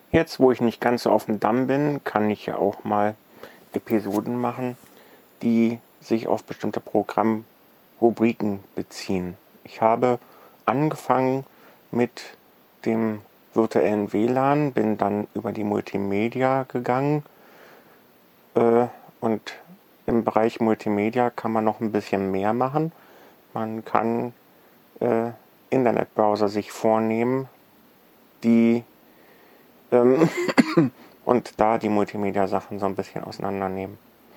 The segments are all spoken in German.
Jetzt, wo ich nicht ganz so auf dem Damm bin, kann ich ja auch mal Episoden machen, die sich auf bestimmte Programmrubriken beziehen. Ich habe angefangen mit dem virtuellen WLAN, bin dann über die Multimedia gegangen und im Bereich Multimedia kann man noch ein bisschen mehr machen. Man kann Internetbrowser sich vornehmen, die und da die Multimedia-Sachen so ein bisschen auseinandernehmen.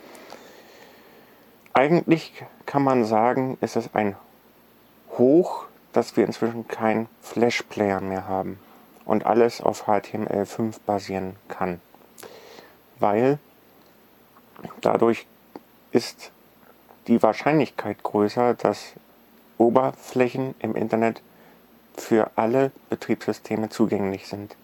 Eigentlich kann man sagen, ist es ein Hoch, dass wir inzwischen keinen Flash-Player mehr haben und alles auf HTML5 basieren kann. Weil dadurch ist die Wahrscheinlichkeit größer, dass Oberflächen im Internet für alle Betriebssysteme zugänglich sind.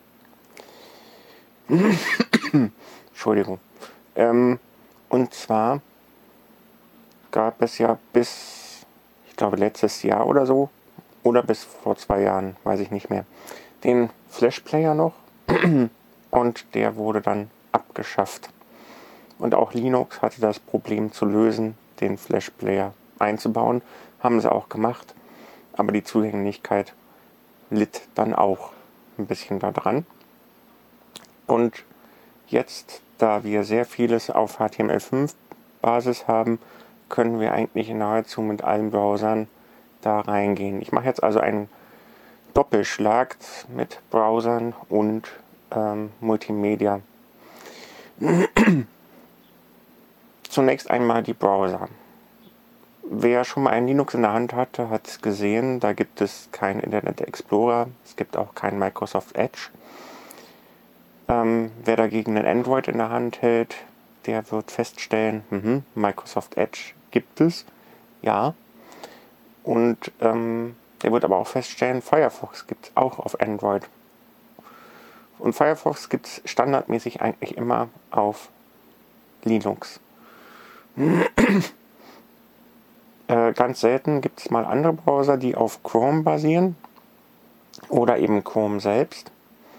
Entschuldigung. Und zwar gab es ja bis, ich glaube, letztes Jahr oder so, oder bis vor 2 Jahren, weiß ich nicht mehr, den Flash-Player noch und der wurde dann abgeschafft. Und auch Linux hatte das Problem zu lösen, den Flash-Player einzubauen. Haben sie auch gemacht, aber die Zugänglichkeit litt dann auch ein bisschen daran. Und jetzt, da wir sehr vieles auf HTML5-Basis haben, können wir eigentlich nahezu mit allen Browsern da reingehen. Ich mache jetzt also einen Doppelschlag mit Browsern und Multimedia. Zunächst einmal die Browser. Wer schon mal ein Linux in der Hand hatte, hat es gesehen, da gibt es keinen Internet Explorer, es gibt auch keinen Microsoft Edge. Wer dagegen ein Android in der Hand hält, der wird feststellen, Microsoft Edge gibt es, ja. Und der wird aber auch feststellen, Firefox gibt es auch auf Android. Und Firefox gibt es standardmäßig eigentlich immer auf Linux. Ganz selten gibt es mal andere Browser, die auf Chrome basieren oder eben Chrome selbst.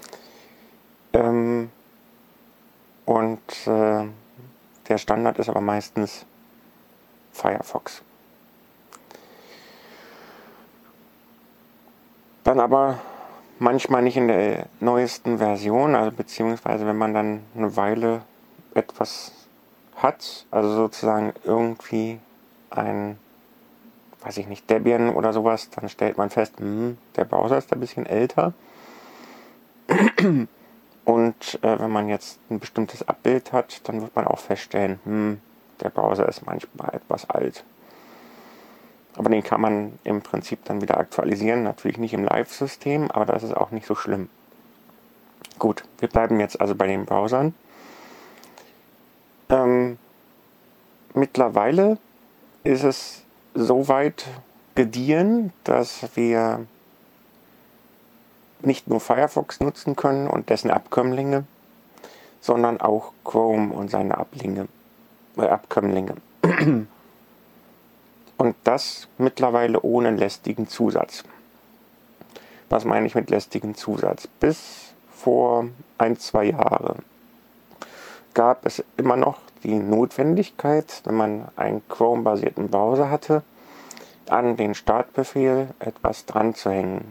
Der Standard ist aber meistens Firefox. Dann aber manchmal nicht in der neuesten Version, also beziehungsweise wenn man dann eine Weile etwas hat, also sozusagen irgendwie ein, weiß ich nicht, Debian oder sowas, dann stellt man fest, der Browser ist ein bisschen älter. Und wenn man jetzt ein bestimmtes Abbild hat, dann wird man auch feststellen, der Browser ist manchmal etwas alt. Aber den kann man im Prinzip dann wieder aktualisieren, natürlich nicht im Live-System, aber das ist auch nicht so schlimm. Gut, wir bleiben jetzt also bei den Browsern. Mittlerweile ist es so weit gediehen, dass wir nicht nur Firefox nutzen können und dessen Abkömmlinge, sondern auch Chrome und seine Abkömmlinge. Und das mittlerweile ohne lästigen Zusatz. Was meine ich mit lästigen Zusatz? Bis vor 1-2 Jahre gab es immer noch die Notwendigkeit, wenn man einen Chrome-basierten Browser hatte, an den Startbefehl etwas dran zu hängen.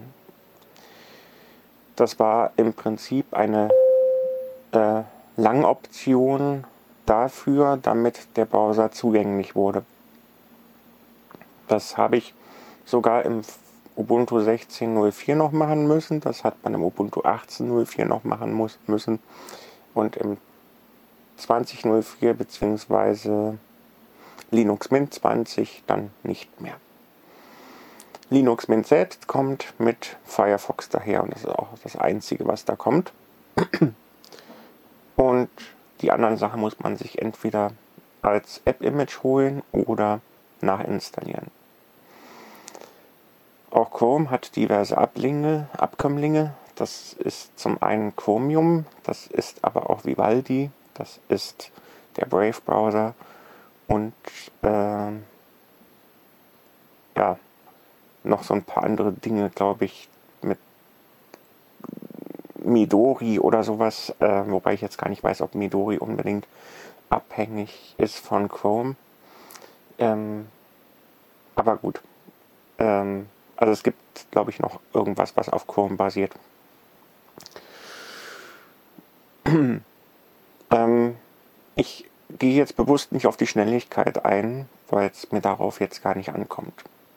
Das war im Prinzip eine Langoption dafür, damit der Browser zugänglich wurde. Das habe ich sogar im Ubuntu 16.04 noch machen müssen. Das hat man im Ubuntu 18.04 noch machen müssen. Und im 20.04 bzw. Linux Mint 20 dann nicht mehr. Linux Mint selbst kommt mit Firefox daher und das ist auch das Einzige, was da kommt. Und die anderen Sachen muss man sich entweder als App-Image holen oder nachinstallieren. Auch Chrome hat diverse Abkömmlinge. Das ist zum einen Chromium, das ist aber auch Vivaldi, das ist der Brave-Browser und noch so ein paar andere Dinge, glaube ich, Midori oder sowas, wobei ich jetzt gar nicht weiß, ob Midori unbedingt abhängig ist von Chrome. Aber gut. Also es gibt, glaube ich, noch irgendwas, was auf Chrome basiert. Ich gehe jetzt bewusst nicht auf die Schnelligkeit ein, weil es mir darauf jetzt gar nicht ankommt.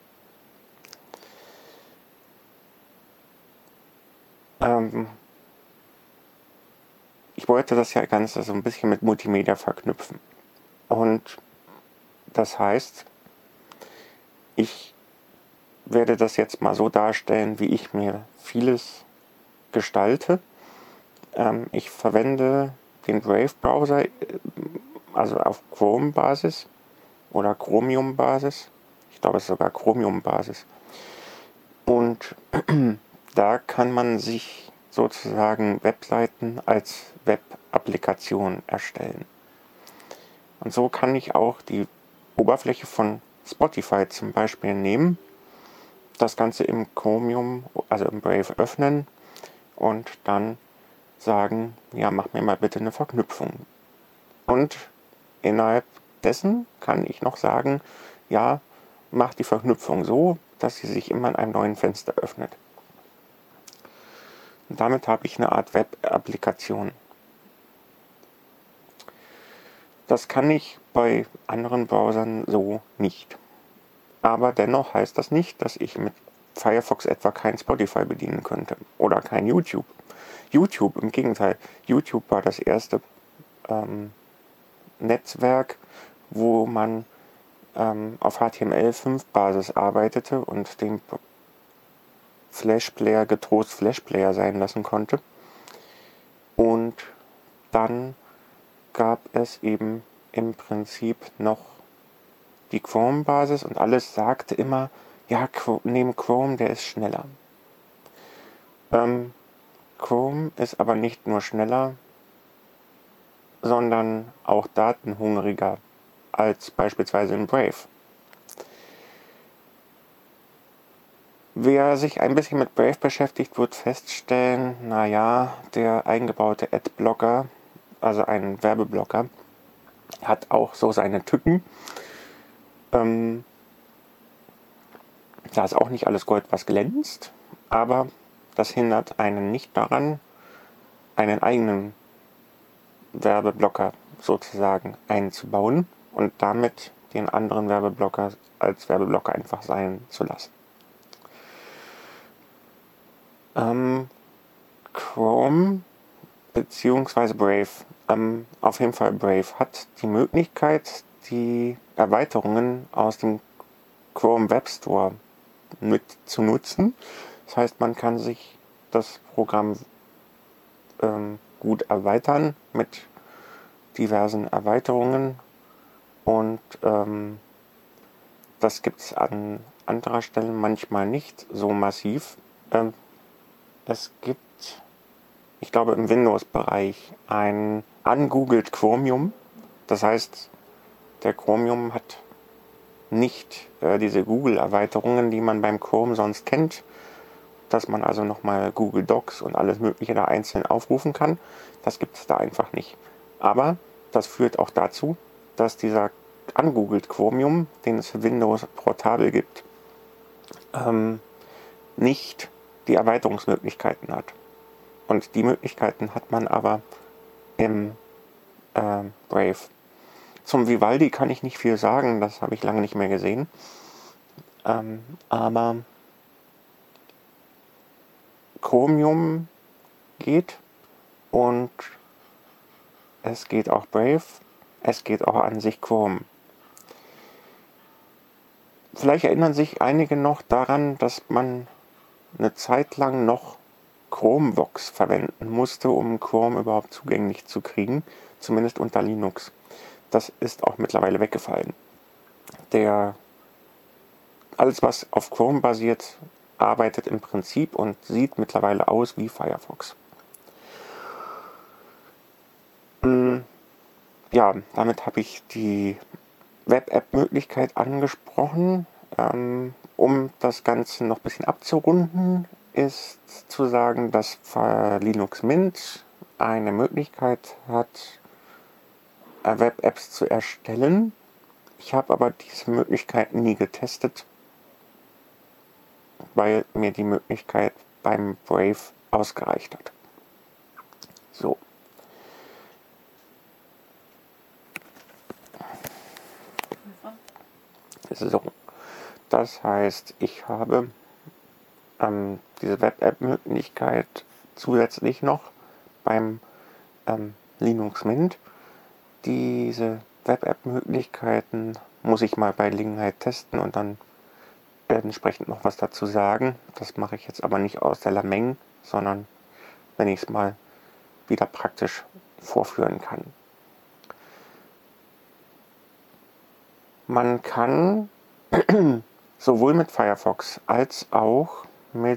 Ich wollte das ja Ganze so ein bisschen mit Multimedia verknüpfen. Und das heißt, ich werde das jetzt mal so darstellen, wie ich mir vieles gestalte. Ich verwende den Brave-Browser, also auf Chrome-Basis oder Chromium-Basis. Ich glaube, es ist sogar Chromium-Basis. Und da kann man sich sozusagen Webseiten als Web-Applikation erstellen. Und so kann ich auch die Oberfläche von Spotify zum Beispiel nehmen, das Ganze im Chromium, also im Brave öffnen und dann sagen, ja, mach mir mal bitte eine Verknüpfung. Und innerhalb dessen kann ich noch sagen, ja, mach die Verknüpfung so, dass sie sich immer in einem neuen Fenster öffnet. Und damit habe ich eine Art Web-Applikation. Das kann ich bei anderen Browsern so nicht. Aber dennoch heißt das nicht, dass ich mit Firefox etwa kein Spotify bedienen könnte oder kein YouTube. YouTube, im Gegenteil, YouTube war das erste Netzwerk, wo man auf HTML5-Basis arbeitete und den Flash-Player getrost Flash-Player sein lassen konnte. Und dann gab es eben im Prinzip noch die Chrome-Basis und alles sagte immer, ja, neben Chrome, der ist schneller. Chrome ist aber nicht nur schneller, sondern auch datenhungriger als beispielsweise in Brave. Wer sich ein bisschen mit Brave beschäftigt, wird feststellen, naja, der eingebaute Adblocker, also ein Werbeblocker, hat auch so seine Tücken. Da ist auch nicht alles Gold, was glänzt, aber das hindert einen nicht daran, einen eigenen Werbeblocker sozusagen einzubauen und damit den anderen Werbeblocker als Werbeblocker einfach sein zu lassen. Chrome bzw. Brave, auf jeden Fall Brave, hat die Möglichkeit, die Erweiterungen aus dem Chrome Web Store mit zu nutzen. Das heißt, man kann sich das Programm gut erweitern mit diversen Erweiterungen und das gibt es an anderer Stelle manchmal nicht so massiv. Es gibt, ich glaube im Windows-Bereich, ein ungoogelt Chromium. Das heißt, der Chromium hat nicht diese Google-Erweiterungen, die man beim Chrome sonst kennt, dass man also nochmal Google Docs und alles Mögliche da einzeln aufrufen kann. Das gibt es da einfach nicht. Aber das führt auch dazu, dass dieser ungoogelt Chromium, den es für Windows portabel gibt, nicht die Erweiterungsmöglichkeiten hat. Und die Möglichkeiten hat man aber im Brave. Zum Vivaldi kann ich nicht viel sagen, das habe ich lange nicht mehr gesehen. Aber Chromium geht und es geht auch Brave, es geht auch an sich Chrome. Vielleicht erinnern sich einige noch daran, dass man eine Zeit lang noch Chromevox verwenden musste, um Chrome überhaupt zugänglich zu kriegen, zumindest unter Linux. Das ist auch mittlerweile weggefallen. Alles, was auf Chrome basiert, arbeitet im Prinzip und sieht mittlerweile aus wie Firefox. Ja, damit habe ich die Web-App-Möglichkeit angesprochen. Um das Ganze noch ein bisschen abzurunden, ist zu sagen, dass Linux Mint eine Möglichkeit hat, Web-Apps zu erstellen. Ich habe aber diese Möglichkeit nie getestet, weil mir die Möglichkeit beim Brave ausgereicht hat. So. So. Das heißt, ich habe diese Web-App-Möglichkeit zusätzlich noch beim Linux Mint. Diese Web-App-Möglichkeiten muss ich mal bei Gelegenheit testen und dann entsprechend noch was dazu sagen. Das mache ich jetzt aber nicht aus der Lameng, sondern wenn ich es mal wieder praktisch vorführen kann. Man kann sowohl mit Firefox als auch mit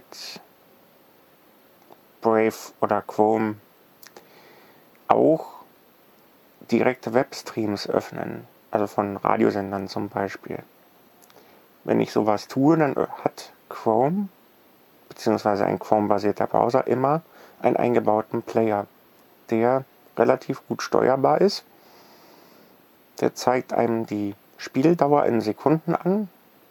Brave oder Chrome auch direkte Webstreams öffnen, also von Radiosendern zum Beispiel. Wenn ich sowas tue, dann hat Chrome bzw. ein Chrome-basierter Browser immer einen eingebauten Player, der relativ gut steuerbar ist. Der zeigt einem die Spieldauer in Sekunden an.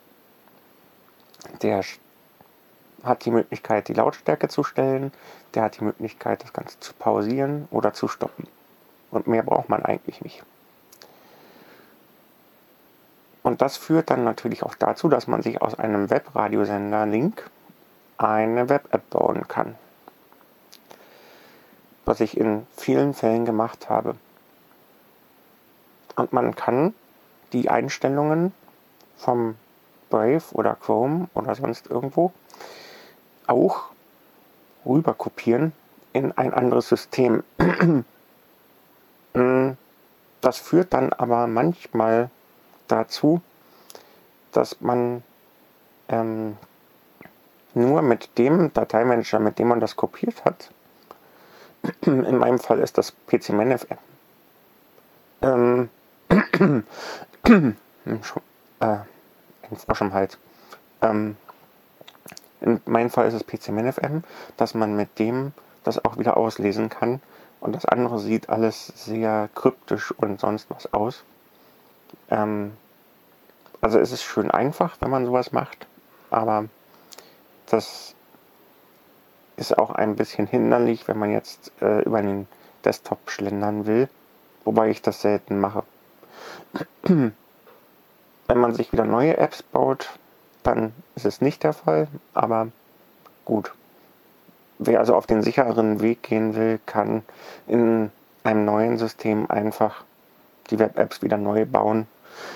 Der hat die Möglichkeit, die Lautstärke zu stellen. Der hat die Möglichkeit, das Ganze zu pausieren oder zu stoppen. Und mehr braucht man eigentlich nicht. Und das führt dann natürlich auch dazu, dass man sich aus einem Webradiosender-Link eine Web-App bauen kann. Was ich in vielen Fällen gemacht habe. Und man kann die Einstellungen vom Brave oder Chrome oder sonst irgendwo auch rüber kopieren in ein anderes System. Das führt dann aber manchmal dazu, dass man nur mit dem Dateimanager, mit dem man das kopiert hat, in meinem Fall ist das PCManFM, ein Frosch im Hals. In meinem Fall ist es PCManFM, dass man mit dem das auch wieder auslesen kann. Und das andere sieht alles sehr kryptisch und sonst was aus. Also es ist schön einfach, wenn man sowas macht, aber das ist auch ein bisschen hinderlich, wenn man jetzt über den Desktop schlendern will, wobei ich das selten mache. Wenn man sich wieder neue Apps baut, dann ist es nicht der Fall, aber gut. Wer also auf den sichereren Weg gehen will, kann in einem neuen System einfach die Web-Apps wieder neu bauen.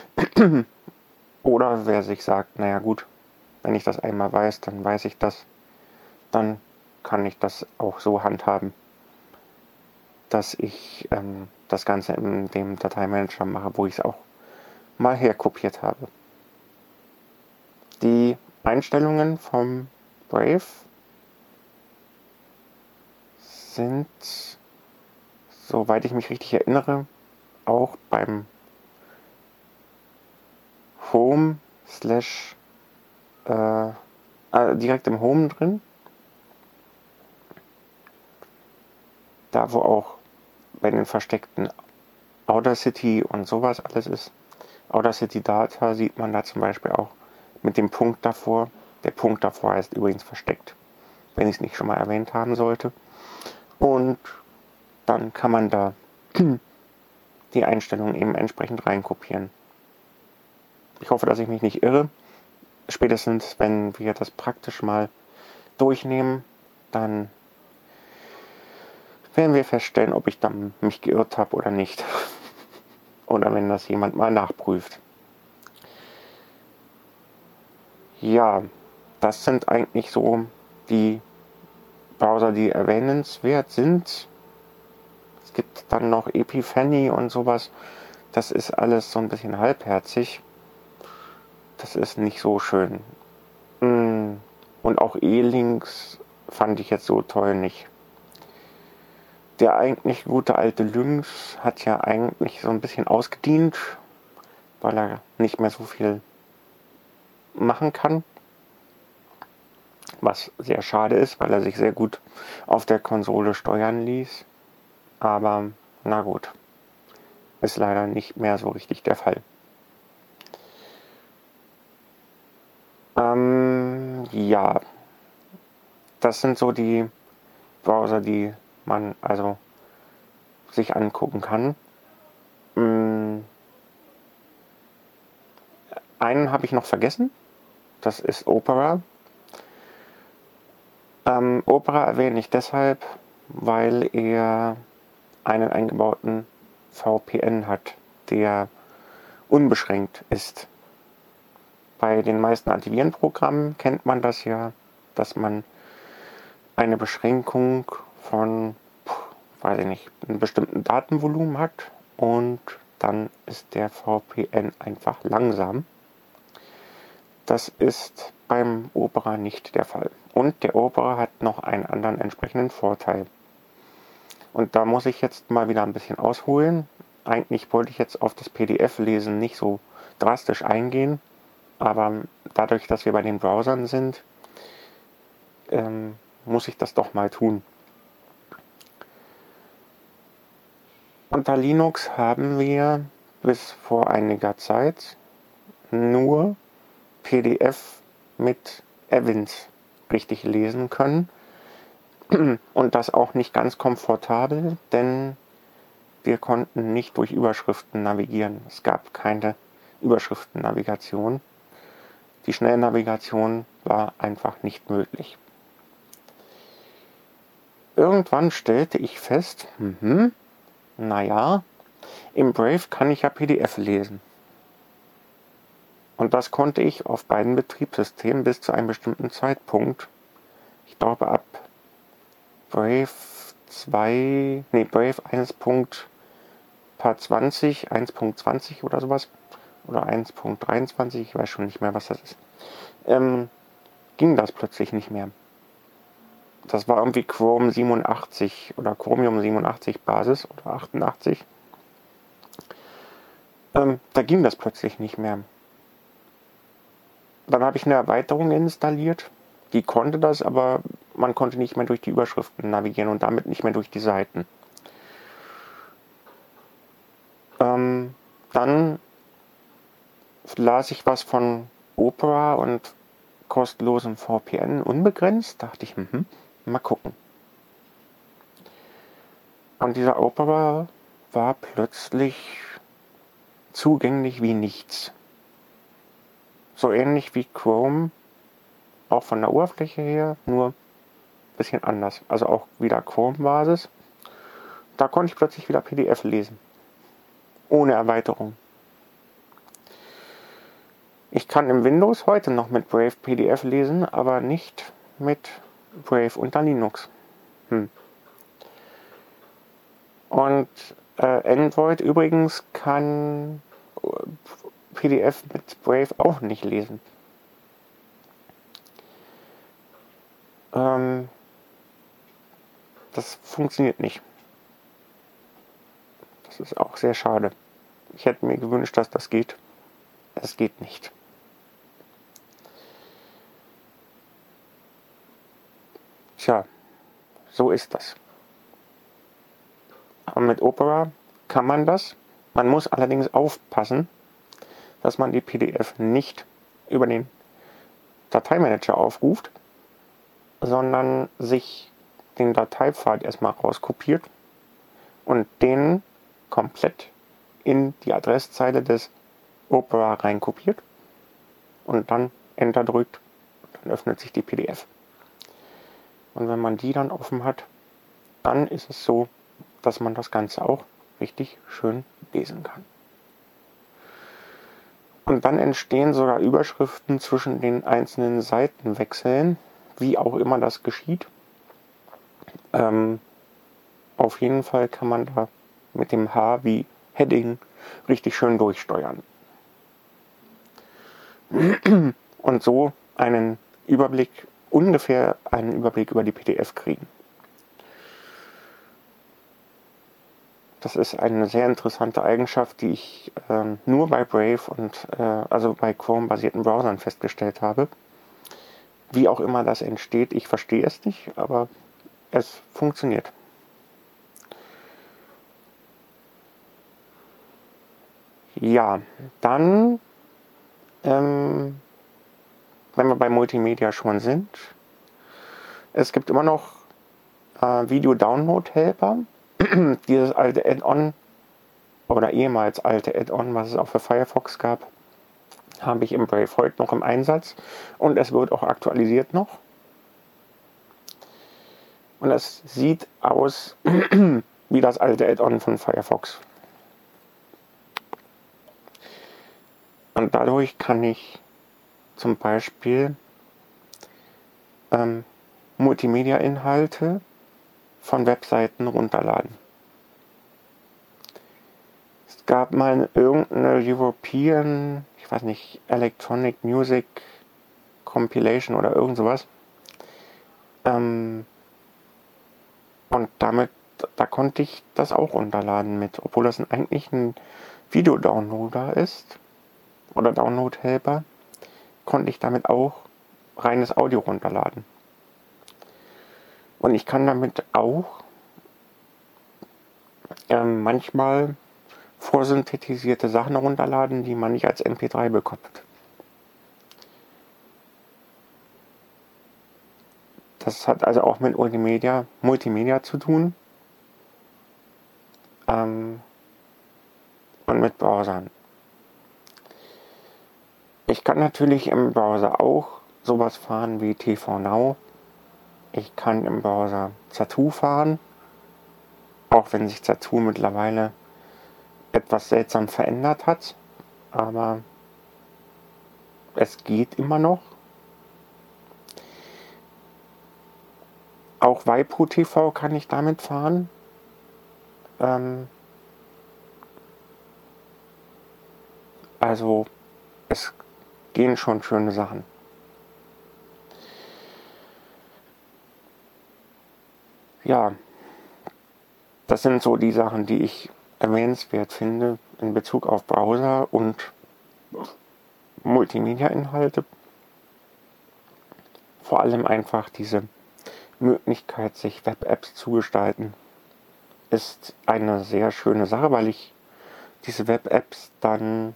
Oder wer sich sagt, naja gut, wenn ich das einmal weiß, dann weiß ich das, dann kann ich das auch so handhaben, dass ich das Ganze in dem Dateimanager mache, wo ich es auch mal herkopiert habe. Die Einstellungen vom Brave sind, soweit ich mich richtig erinnere, auch beim Home direkt im Home drin. Da wo auch bei den versteckten Audacity und sowas alles ist. Audacity Data sieht man da zum Beispiel auch mit dem Punkt davor. Der Punkt davor heißt übrigens versteckt, wenn ich es nicht schon mal erwähnt haben sollte. Und dann kann man da die Einstellungen eben entsprechend reinkopieren. Ich hoffe, dass ich mich nicht irre. Spätestens, wenn wir das praktisch mal durchnehmen, dann werden wir feststellen, ob ich dann mich geirrt habe oder nicht. Oder wenn das jemand mal nachprüft. Ja, das sind eigentlich so die Browser, die erwähnenswert sind. Es gibt dann noch Epiphany und sowas. Das ist alles so ein bisschen halbherzig. Das ist nicht so schön. Und auch E-Links fand ich jetzt so toll nicht. Der eigentlich gute alte Lynx hat ja eigentlich so ein bisschen ausgedient, weil er nicht mehr so viel machen kann. was sehr schade ist, weil er sich sehr gut auf der Konsole steuern ließ. Aber na gut, ist leider nicht mehr so richtig der Fall. Ja, das sind so die Browser, die man also sich angucken kann. Einen habe ich noch vergessen, das ist Opera. Opera erwähne ich deshalb, weil er einen eingebauten VPN hat, der unbeschränkt ist. Bei den meisten Antivirenprogrammen kennt man das ja, dass man eine Beschränkung von, weiß ich nicht, einem bestimmten Datenvolumen hat und dann ist der VPN einfach langsam. Das ist beim Opera nicht der Fall. Und der Opera hat noch einen anderen entsprechenden Vorteil. Und da muss ich jetzt mal wieder ein bisschen ausholen. Eigentlich wollte ich jetzt auf das PDF-Lesen nicht so drastisch eingehen, aber dadurch, dass wir bei den Browsern sind, muss ich das doch mal tun. Unter Linux haben wir bis vor einiger Zeit nur PDF mit Evans richtig lesen können. Und das auch nicht ganz komfortabel, denn wir konnten nicht durch Überschriften navigieren. Es gab keine Überschriftennavigation. Die Schnellnavigation war einfach nicht möglich. Irgendwann stellte ich fest, naja, im Brave kann ich ja PDF lesen. Und das konnte ich auf beiden Betriebssystemen bis zu einem bestimmten Zeitpunkt. Ich glaube ab Brave 1.20 oder sowas. Oder 1.23, ich weiß schon nicht mehr, was das ist. Ging das plötzlich nicht mehr. Das war irgendwie Chrome 87 oder Chromium 87 Basis oder 88. Da ging das plötzlich nicht mehr. Dann habe ich eine Erweiterung installiert, die konnte das, aber man konnte nicht mehr durch die Überschriften navigieren und damit nicht mehr durch die Seiten. Dann las ich was von Opera und kostenlosem VPN unbegrenzt. Dachte ich, mal gucken. Und dieser Opera war plötzlich zugänglich wie nichts. So ähnlich wie Chrome, auch von der Oberfläche her, nur ein bisschen anders. Also auch wieder Chrome-Basis. Da konnte ich plötzlich wieder PDF lesen. Ohne Erweiterung. Ich kann im Windows heute noch mit Brave PDF lesen, aber nicht mit Brave unter Linux. Und Android übrigens kann PDF mit Brave auch nicht lesen. Das funktioniert nicht. Das ist auch sehr schade. Ich hätte mir gewünscht, dass das geht. Es geht nicht. Tja, so ist das. Aber mit Opera kann man das. Man muss allerdings aufpassen, dass man die PDF nicht über den Dateimanager aufruft, sondern sich den Dateipfad erstmal rauskopiert und den komplett in die Adresszeile des Opera reinkopiert und dann Enter drückt, dann öffnet sich die PDF. Und wenn man die dann offen hat, dann ist es so, dass man das Ganze auch richtig schön lesen kann. Und dann entstehen sogar Überschriften zwischen den einzelnen Seitenwechseln, wie auch immer das geschieht. Auf jeden Fall kann man da mit dem H wie Heading richtig schön durchsteuern. Und so ungefähr einen Überblick über die PDF kriegen. Das ist eine sehr interessante Eigenschaft, die ich nur bei Brave und also bei Chrome-basierten Browsern festgestellt habe. Wie auch immer das entsteht, ich verstehe es nicht, aber es funktioniert. Ja, dann, wenn wir bei Multimedia schon sind, es gibt immer noch Video-Download-Helper. Dieses alte Add-on oder ehemals alte Add-on, was es auch für Firefox gab, habe ich im Brave heute noch im Einsatz und es wird auch aktualisiert noch. Und es sieht aus wie das alte Add-on von Firefox. Und dadurch kann ich zum Beispiel Multimedia-Inhalte von Webseiten runterladen. Es gab mal irgendeine European, ich weiß nicht, Electronic Music Compilation oder irgend sowas. Und da konnte ich das auch runterladen mit, obwohl das eigentlich ein Videodownloader ist oder Download-Helper, konnte ich damit auch reines Audio runterladen. Und ich kann damit auch manchmal vorsynthetisierte Sachen runterladen, die man nicht als MP3 bekommt. Das hat also auch mit Multimedia zu tun und mit Browsern. Ich kann natürlich im Browser auch sowas fahren wie TV Now. Ich kann im Browser Zattoo fahren, auch wenn sich Zattoo mittlerweile etwas seltsam verändert hat, aber es geht immer noch. Auch waipu.tv kann ich damit fahren. Also es gehen schon schöne Sachen. Ja, das sind so die Sachen, die ich erwähnenswert finde in Bezug auf Browser und Multimedia-Inhalte. Vor allem einfach diese Möglichkeit, sich Web-Apps zu gestalten, ist eine sehr schöne Sache, weil ich diese Web-Apps dann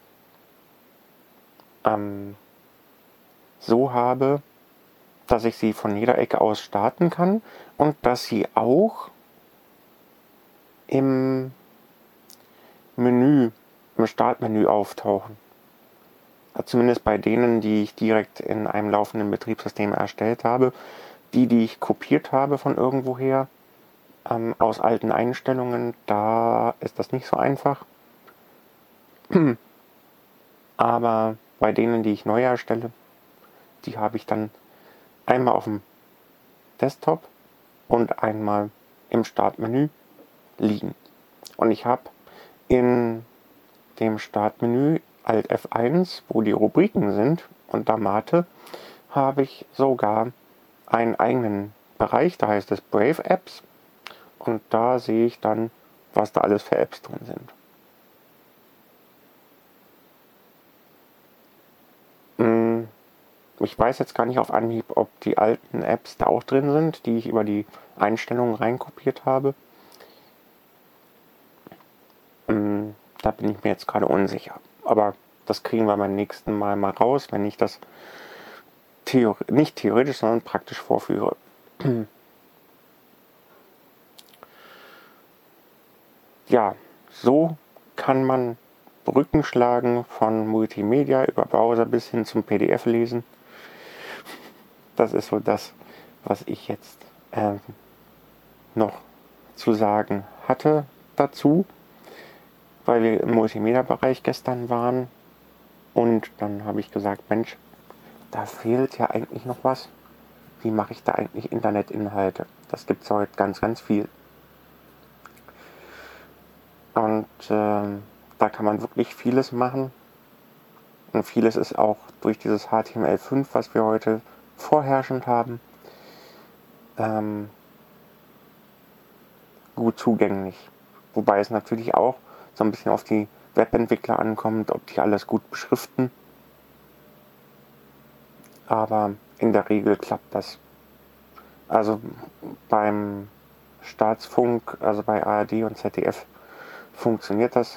so habe, dass ich sie von jeder Ecke aus starten kann und dass sie auch im Startmenü auftauchen. Zumindest bei denen, die ich direkt in einem laufenden Betriebssystem erstellt habe. Die ich kopiert habe von irgendwoher, aus alten Einstellungen, da ist das nicht so einfach. Aber bei denen, die ich neu erstelle, die habe ich dann einmal auf dem Desktop und einmal im Startmenü liegen. Und ich habe in dem Startmenü Alt F1, wo die Rubriken sind, unter Mate, habe ich sogar einen eigenen Bereich, da heißt es Brave Apps. Und da sehe ich dann, was da alles für Apps drin sind. Ich weiß jetzt gar nicht auf Anhieb, ob die alten Apps da auch drin sind, die ich über die Einstellungen reinkopiert habe. Da bin ich mir jetzt gerade unsicher. Aber das kriegen wir beim nächsten Mal raus, wenn ich das nicht theoretisch, sondern praktisch vorführe. Ja, so kann man Brücken schlagen von Multimedia über Browser bis hin zum PDF lesen. Das ist so das, was ich jetzt noch zu sagen hatte dazu, weil wir im Multimedia-Bereich gestern waren und dann habe ich gesagt, Mensch, da fehlt ja eigentlich noch was. Wie mache ich da eigentlich Internetinhalte? Das gibt es heute ganz, ganz viel. Und da kann man wirklich vieles machen. Und vieles ist auch durch dieses HTML5, was wir heute vorherrschend haben, gut zugänglich. Wobei es natürlich auch so ein bisschen auf die Webentwickler ankommt, ob die alles gut beschriften. Aber in der Regel klappt das. Also beim Staatsfunk, also bei ARD und ZDF, funktioniert das.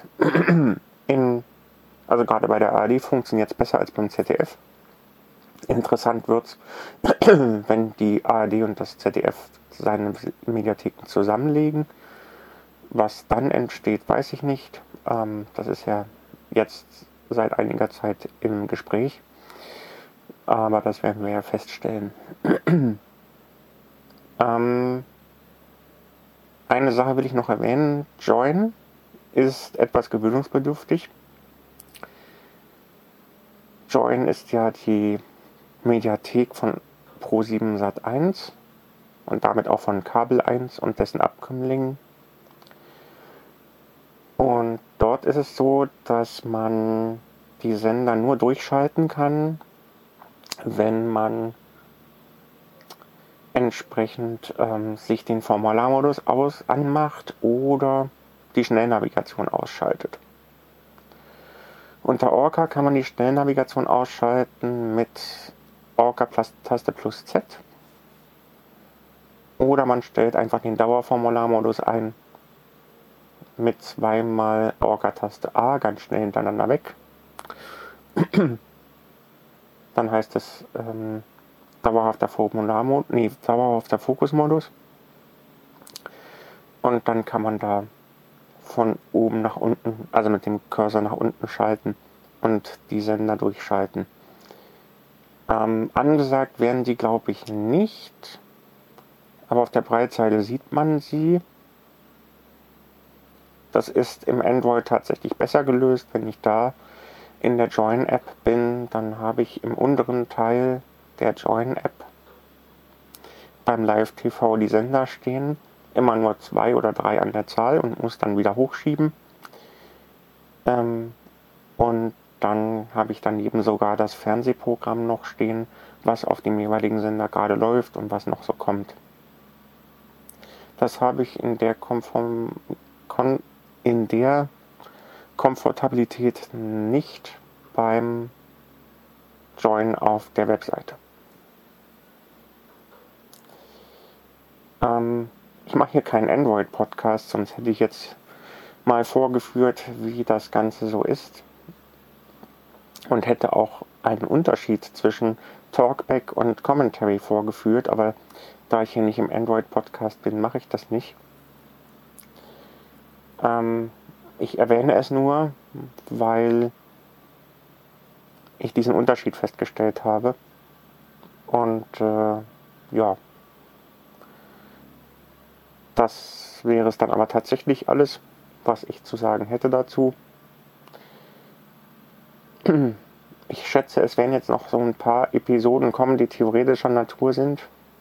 Also gerade bei der ARD funktioniert es besser als beim ZDF. Interessant wird's, wenn die ARD und das ZDF seine Mediatheken zusammenlegen. Was dann entsteht, weiß ich nicht. Das ist ja jetzt seit einiger Zeit im Gespräch. Aber das werden wir ja feststellen. Eine Sache will ich noch erwähnen. Joyn ist etwas gewöhnungsbedürftig. Joyn ist ja die Mediathek von Pro7 Sat.1 und damit auch von Kabel 1 und dessen Abkömmlingen. Und dort ist es so, dass man die Sender nur durchschalten kann, wenn man entsprechend sich den Formularmodus anmacht oder die Schnellnavigation ausschaltet. Unter Orca kann man die Schnellnavigation ausschalten mit Orca-Taste plus Z. Oder man stellt einfach den Dauerformularmodus ein mit zweimal Orca-Taste A ganz schnell hintereinander weg. Dann heißt es dauerhafter Fokusmodus. Und dann kann man da von oben nach unten, also mit dem Cursor nach unten schalten und die Sender durchschalten. Angesagt werden die, glaube ich, nicht. Aber auf der Breitseite sieht man sie. Das ist im Android tatsächlich besser gelöst. Wenn ich da in der Joyn-App bin, dann habe ich im unteren Teil der Joyn-App beim Live-TV die Sender stehen. Immer nur 2 oder 3 an der Zahl und muss dann wieder hochschieben. Und dann habe ich daneben sogar das Fernsehprogramm noch stehen, was auf dem jeweiligen Sender gerade läuft und was noch so kommt. Das habe ich in der Komfortabilität nicht beim Joyn auf der Webseite. Ich mache hier keinen Android-Podcast, sonst hätte ich jetzt mal vorgeführt, wie das Ganze so ist. Und hätte auch einen Unterschied zwischen Talkback und Commentary vorgeführt, aber da ich hier nicht im Android-Podcast bin, mache ich das nicht. Ich erwähne es nur, weil ich diesen Unterschied festgestellt habe. Und ja, das wäre es dann aber tatsächlich alles, was ich zu sagen hätte dazu. Ich schätze, es werden jetzt noch so ein paar Episoden kommen, die theoretischer Natur sind.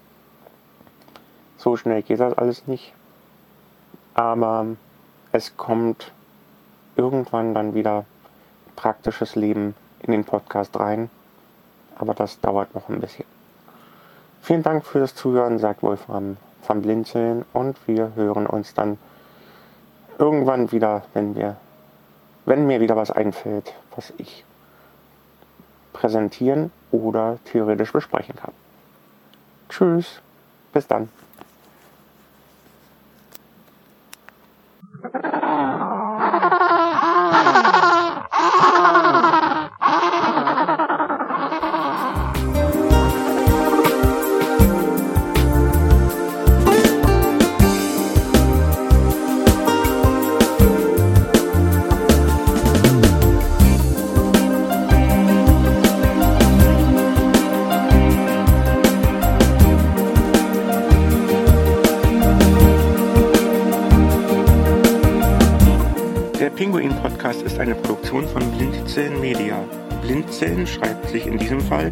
So schnell geht das alles nicht. Aber es kommt irgendwann dann wieder praktisches Leben in den Podcast rein. Aber das dauert noch ein bisschen. Vielen Dank fürs Zuhören, sagt Wolfram vom Blinzeln. Und wir hören uns dann irgendwann wieder, wenn mir wieder was einfällt, was ich präsentieren oder theoretisch besprechen kann. Tschüss, bis dann. Der Pinguin-Podcast ist eine Produktion von Blindzellen Media. Blindzellen schreibt sich in diesem Fall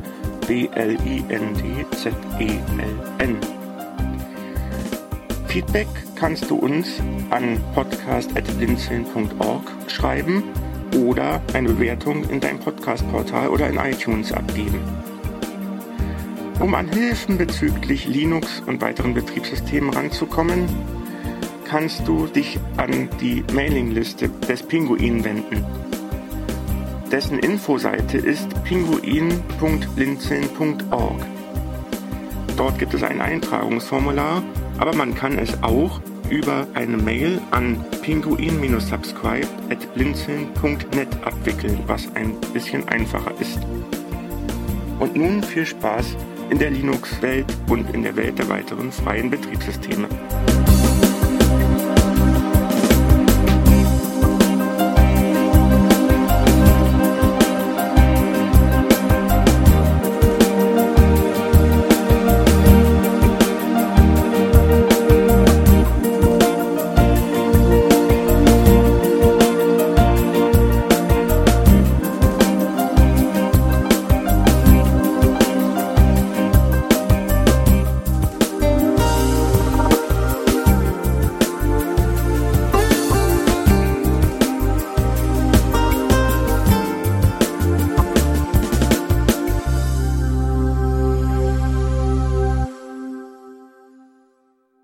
BLINDZELN. Feedback kannst du uns an podcast@blindzellen.org schreiben oder eine Bewertung in deinem Podcast-Portal oder in iTunes abgeben. Um an Hilfen bezüglich Linux und weiteren Betriebssystemen ranzukommen, kannst du dich an die Mailingliste des Pinguin wenden. Dessen Infoseite ist pinguin.blindzellen.org. Dort gibt es ein Eintragungsformular, aber man kann es auch über eine Mail an pinguin-subscribe@blinzeln.net abwickeln, was ein bisschen einfacher ist. Und nun viel Spaß in der Linux-Welt und in der Welt der weiteren freien Betriebssysteme.